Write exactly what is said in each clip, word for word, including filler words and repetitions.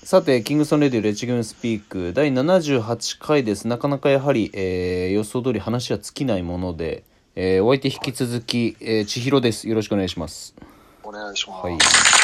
さてキングソンレディオレッチゲームスピークだいななじゅうはちかいです。なかなかやはり、えー、予想通り話は尽きないもので、えー、お相手引き続き、えー、千尋です。よろしくお願いします。 お願いします。 はい。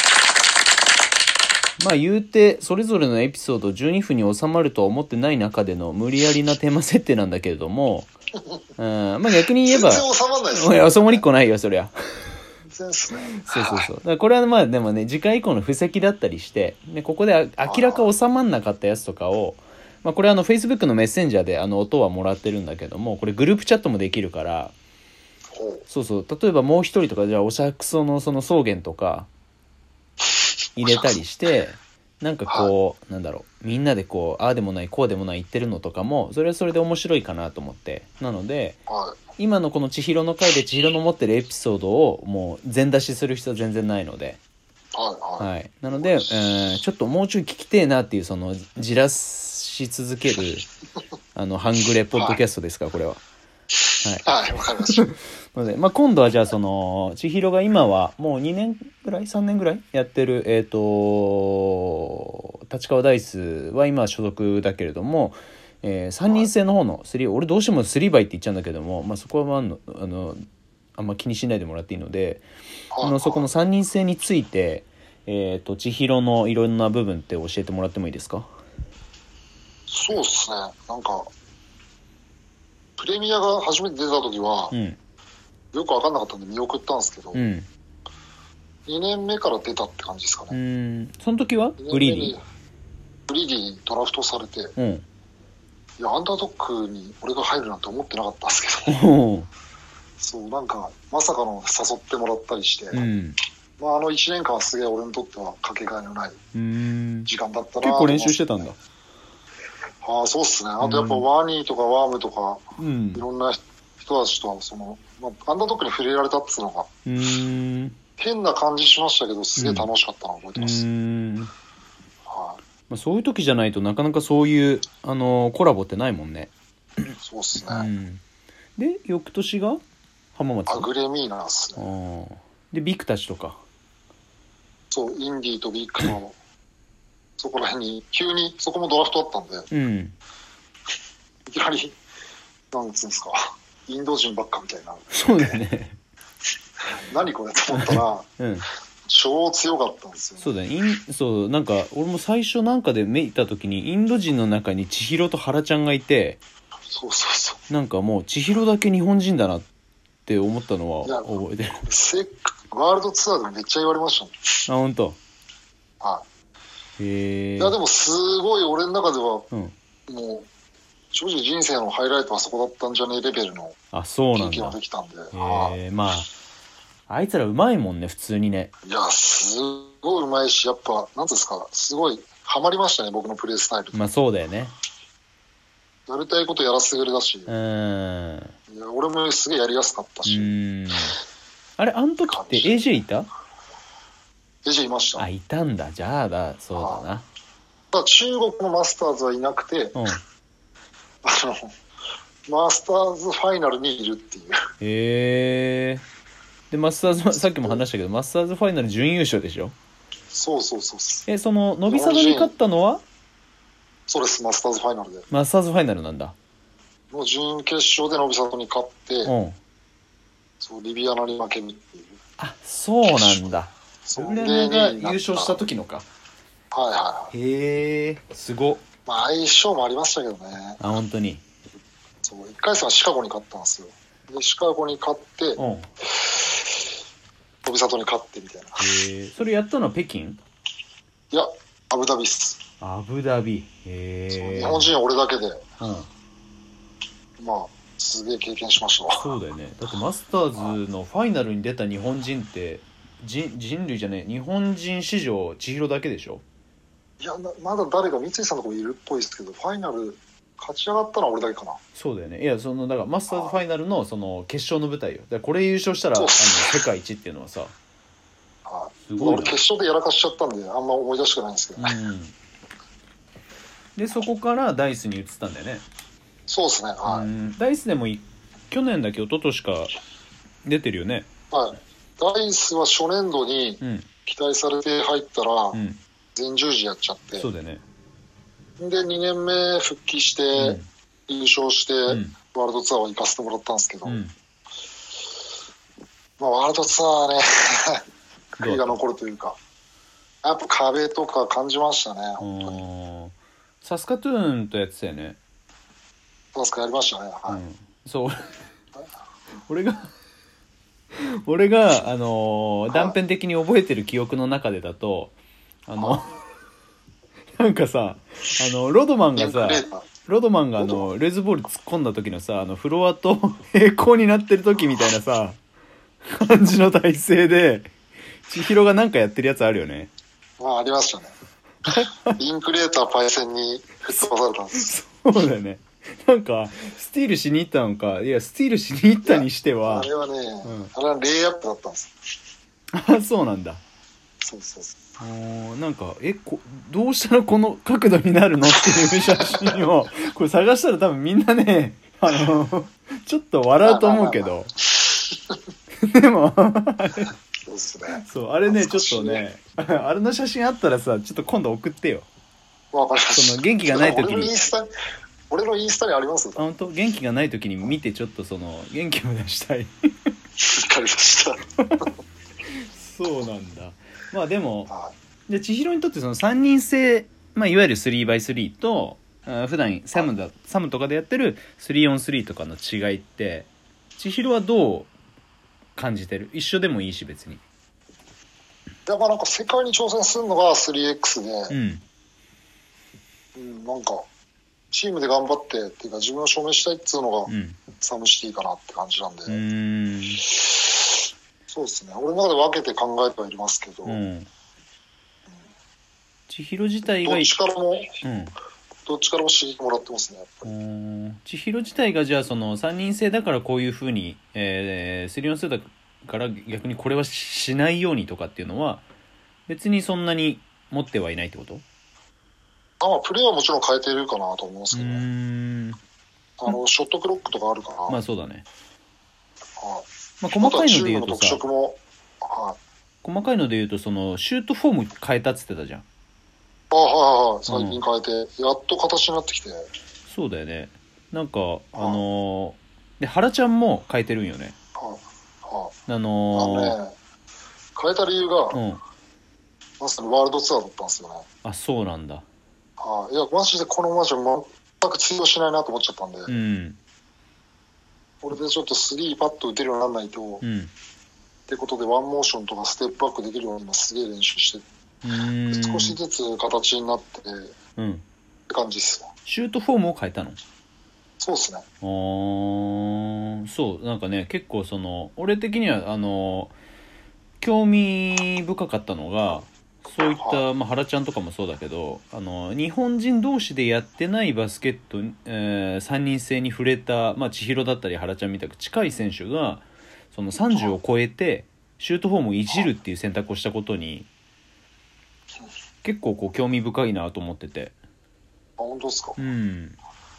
まあ言うてそれぞれのエピソードじゅうにふんに収まるとは思ってない中での無理やりなテーマ設定なんだけれども、うん、まあ逆に言えば全然収まんないですね。 いや収まりっこないよそりゃ。 全然ですね。 そうそうそう。だからこれはまあでもね次回以降の布石だったりして、ね、ここで明らか収まんなかったやつとかを、まあ、これあの Facebook のメッセンジャーであの音はもらってるんだけども、これグループチャットもできるから、そうそう、例えばもう一人とかじゃあおしゃくそのその草原とか入れたりして、なんかこう、はい、なんだろう、みんなでこうああでもないこうでもない言ってるのとかもそれはそれで面白いかなと思って、なので、はい、今のこの千尋の回で千尋の持ってるエピソードをもう全出しする必要は全然ないので、はいはいはい、なので、えー、ちょっともうちょい聞きてえなっていうそのじらし続けるあの半グレポッドキャストですか、はい、これは。 はい、わ、はい、かりました。 ので、まあ、今度はじゃあその千尋が今はもうにねんぐらいさんねんぐらいやってるえっ、ー、と立川ダイスは今所属だけれども、えー、さんにん制の方のスリー、俺どうしてもスリーバイって言っちゃうんだけども、まあ、そこは、まあ、あのあのあんま気にしないでもらっていいので、あのそこのさんにん制について、えー、と千尋のいろんな部分って教えてもらってもいいですか？ そうですね、なんかプレミアが初めて出た時は、うん、よく分かんなかったんで見送ったんですけど、うん、にねんめから出たって感じですかね。 うん、その時はブリーディーブリーディーにドラフトされて、うん、いやアンダードッグに俺が入るなんて思ってなかったんですけどそうなんかまさかの誘ってもらったりして、うん、まあ、あのいちねんかんはすげえ俺にとってはかけがえのない時間だったな。 結構練習してたんだ。 ああ、そうっすね。あとやっぱワニーとかワームとか、うん、いろんな人たちとはその、まあ、アンダードッグに触れられたっていうのが、うん、変な感じしましたけどすげえ楽しかったのを覚えてます。うん、 はい、まあ、そういう時じゃないとなかなかそういうあのコラボってないもんね。 そうっすね。 うん、で翌年が浜松。 アグレミーナっすね。 でビッグたちとか。 そう、インディーとビッグのそこら辺に急にそこもドラフトあったんで、うん、いきなりなんつうんですか、インド人ばっかみたいな。 そうだよね。 何これと思ったら、うん、超強かったんですよ、ね。 そうだね。インそうなんか俺も最初なんかで見た時にインド人の中に千尋とハラちゃんがいて、 そうそうそう。 なんかもう千尋だけ日本人だなって思ったのは覚えてる。 セックワールドツアーでめっちゃ言われましたもん。 あ、本当。 はい。 へいやでもすごい俺の中では、うん、もう正直人生のハイライトはそこだったんじゃねえレベルの経験ができたんで。 へえ、まああいつらうまいもんね普通にね。 いやすごいうまいし、やっぱなんですか、すごいハマりましたね僕のプレースタイル。 まあそうだよね。 やりたいことやらせてくれだし、 うん、 いや俺もすげえやりやすかったし。うん、 あれあの時って エージェー いた？ エージェー いました。 あ、いたんだ。じゃあだ、そうだな。 ただ中国のマスターズはいなくて、うん、あのマスターズファイナルにいるっていう。 へえ。でマスターズさっきも話したけどマスターズファイナル準優勝でしょ。 そうそうそうそう。 え、そのノビサドに勝ったのは？ そうです、マスターズファイナルで。 マスターズファイナルなんだ。 もう準決勝でノビサドに勝って、うん、そうリビアナに負けるっていう。 あ、そうなんだ。ウレナが優勝した時のか。 はいはい。 へえ、すご。 まあ相性もありましたけどね。 あ、本当に。 そういっかい戦はシカゴに勝ったんですよ。でシカゴに勝って、うん、ノビサドに勝ってみたいな。 へえ、それやったのは北京？いや、アブダビっす。 アブダビ。へえ。 日本人は俺だけで、うん、まあすげえ経験しましたわ。 そうだよね。だってマスターズのファイナルに出た日本人って人, 人類じゃねえ、日本人史上千尋だけでしょ。 いやまだ誰か三井さんのとこいるっぽいですけど、ファイナル勝ち上がったのは俺だけかな。 そうだよね。いやそのだからマスターズファイナルのその決勝の舞台よ。だからこれ優勝したらあの世界一っていうのはさ、 あすごいな。俺決勝でやらかしちゃったんであんま思い出したくないんですけどね、うん、 でそこからダイスに移ったんだよね。 そうですね、はい、うん、 ダイスでも去年だけ一昨年か出てるよね。 はい。ダイスは初年度に期待されて入ったら、うん、 前十字やっちゃって。 そうだよね。 で、にねんめ復帰して、うん、優勝して、うん、ワールドツアーは行かせてもらったんですけど、うん、まあ、ワールドツアーね、悔いが残るというか、やっぱ壁とか感じましたね、本当に。 サスカトゥーンとやってたよね。 サスカやりましたね、はい。うん、 そう、俺が、俺が、あのー、断片的に覚えてる記憶の中でだと、あの、なんかさ、あの、ロドマンがさ、ロドマンがあの、レーズボール突っ込んだ時のさ、あの、フロアと平行になってる時みたいなさ、感じの体勢で、千尋がなんかやってるやつあるよね。 まあ、ありましたね。インクレーターパイセンに吹っ飛ばされたんです。 そうだよね。なんか、スティールしに行ったのか、いや、スティールしに行ったにしては。 あれはね、うん、あれはレイアップだったんです。 あ、そうなんだ。 そうそうそう。 なんかえこどうしたらこの角度になるのっていう写真をこれ探したら多分みんなねあのちょっと笑うと思うけどでもそうっすね。 そうあれねちょっとねあれの写真あったらさちょっと今度送ってよ。 わかりました。 その元気がない時に俺のインスタ俺のインスタにあります。 本当元気がない時に見てちょっとその元気を出したい。わかりました。 そうなんだ。まあでも、で千尋にとってそのさんにん制、まあ、いわゆる スリーバイスリー と普段サムだサムとかでやってる スリーオンスリー とかの違いって千尋はどう感じてる？一緒でもいいし別に。 やっぱなんか世界に挑戦するのが スリーエックス で、うんうん、なんかチームで頑張ってっていうか自分を証明したいっていうのがサムシティかなって感じなんで、うん、そうですね。俺の中で分けて考えてはいますけど、うん、 千尋自体がどっちからも、うん、どっちからも刺激もらってますね。やっぱり千尋自体がじゃあそのさんにん制だからこういう風に、えー、スリーオン制だから逆にこれはしないようにとかっていうのは別にそんなに持ってはいないってこと？ あ、まあ、プレーはもちろん変えてるかなと思うんですけど、ね、うーんあのショットクロックとかあるから。 まあそうだね。はあまあ、細かいので言うとさ、 はい、 細かいので言うとそのシュートフォーム変えたっつってたじゃん。 ああはいはい最近変えて、うん、やっと形になってきて。そうだよね。なんかあのー、で原ちゃんも変えてるんよね。 はいはい、 あのー、 あのね変えた理由が、うん、まさにワールドツアーだったんですよね。 あ、そうなんだ。 はい、いやマジでこのマジは全く通用しないなと思っちゃったんで。うん。これでちょっとスリーパッと打てるようにならないと、うん、ってことでワンモーションとかステップバックできるように今すげえ練習して少しずつ形になって、うん、って感じっすよ。 シュートフォームを変えたの？ そうっすね。あそうなんかね結構その俺的にはあの興味深かったのがそういった、まあ、原ちゃんとかもそうだけどあの日本人同士でやってないバスケット、えー、さんにん制に触れた、まあ、千尋だったり原ちゃんみたく近い選手がそのさんじゅうを超えてシュートフォームをいじるっていう選択をしたことに結構こう興味深いなと思ってて。 あ、本当ですか？ うん。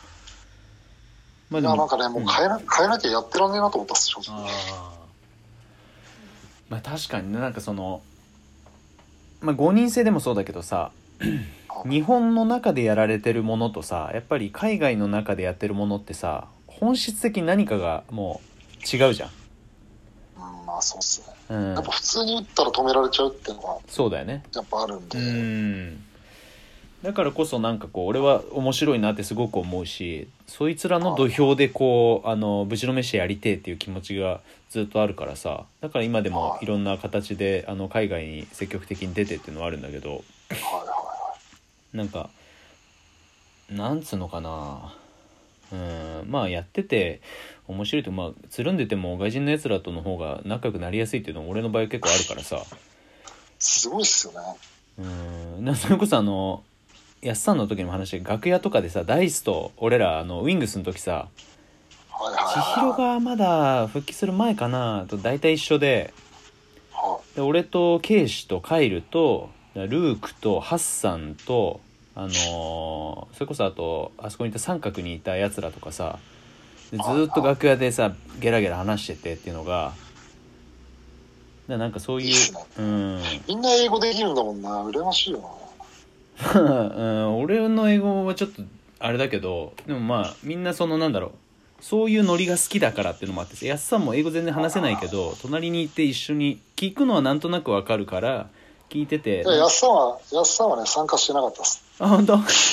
まあでもいやなんかねもう変えな、うん、変えなきゃやってらんねえなと思ったっす正直。 あまあ確かにねなんかそのまあ、ごにん制でもそうだけどさ日本の中でやられてるものとさやっぱり海外の中でやってるものってさ本質的に何かがもう違うじゃん。 うんまあそうっすね、うん、やっぱ普通に打ったら止められちゃうっていうのがそうだよねやっぱあるんで。 うんだからこそなんかこう俺は面白いなってすごく思うしそいつらの土俵でこうあのぶちのめしてやりてえっていう気持ちがずっとあるからさだから今でもいろんな形であの海外に積極的に出てっていうのはあるんだけどなんかなんつうのかなうんまあやってて面白いとまあつるんでても外人のやつらとの方が仲良くなりやすいっていうのも俺の場合結構あるからさすごいっすよね。 うんなそれこそあのやっさんの時にも話して楽屋とかでさダイスと俺らあのウィングスの時さ千尋がまだ復帰する前かなと大体一緒で、で俺とケイシとカイルとルークとハッサンとあのー、それこそあとあそこにいた三角にいたやつらとかさでずっと楽屋でさゲラゲラ話しててっていうのがなんかそういう、 いいっすね、うん、みんな英語できるんだもんな羨ましいよな。 うん、俺の英語はちょっとあれだけど、でもまあみんなそのなんだろう、そういうノリが好きだからっていうのもあって、やっさんも英語全然話せないけど隣にいて一緒に聞くのはなんとなくわかるから聞いてて。 やっさんはやっさんはね参加してなかったっす。 あ、本当？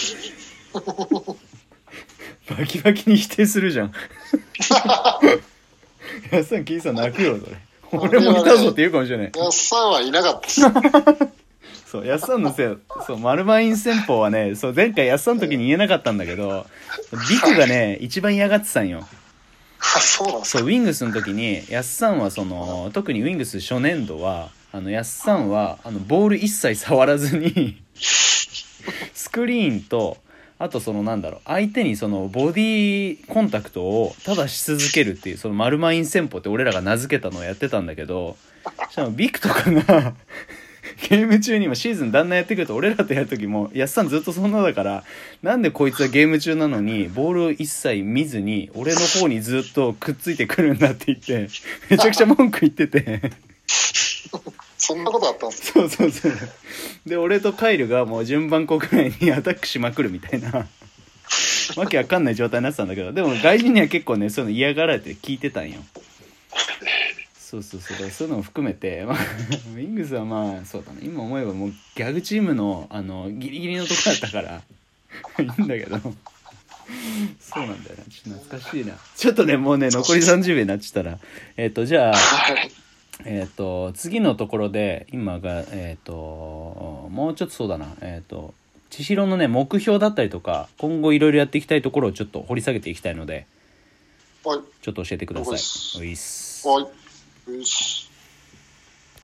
バキバキに否定するじゃん。やっさん聞いてたら泣くよそれ。俺もいたぞって言うかもしれない。 やっさんはいなかったっす。 そう、やっさんのせい、そう、マルマイン戦法はね、そう、前回やっさんの時に言えなかったんだけど、ビクがね、一番嫌がってたんよ。 あ、そうなんですか。 そう、ウィングスの時に、やっさんはその、特にウィングス初年度は、あの、やっさんは、あの、ボール一切触らずに、スクリーンと、あとそのなんだろう、相手にそのボディコンタクトをただし続けるっていう、そのマルマイン戦法って俺らが名付けたのをやってたんだけど、しかもビクとかが、ゲーム中にもシーズンだんだんやってくると俺らとやる時もやっさんずっとそんなだから、なんでこいつはゲーム中なのにボールを一切見ずに俺の方にずっとくっついてくるんだって言ってめちゃくちゃ文句言っててそんなことあったんですか。そうそうそう。で俺とカイルがもう順番こくらいにアタックしまくるみたいなわけわかんない状態になってたんだけど、でも外人には結構ねそういうの嫌がられて聞いてたんよ。そうそうそう、そういうのも含めて、まあ、ウィングスはまあそうだね、今思えばもうギャグチームのあのギリギリのとこだったからいいんだけど、そうなんだよな、ちょっと懐かしいな。ちょっとねもうね残りさんじゅうびょうになっちゃったら、えっ、ー、とじゃあえっ、ー、と次のところで今がえっ、ー、ともうちょっとそうだな、えっ、ー、と千尋のね目標だったりとか今後いろいろやっていきたいところをちょっと掘り下げていきたいので、 はい、 ちょっと教えてください。おいっす。 はい。よし。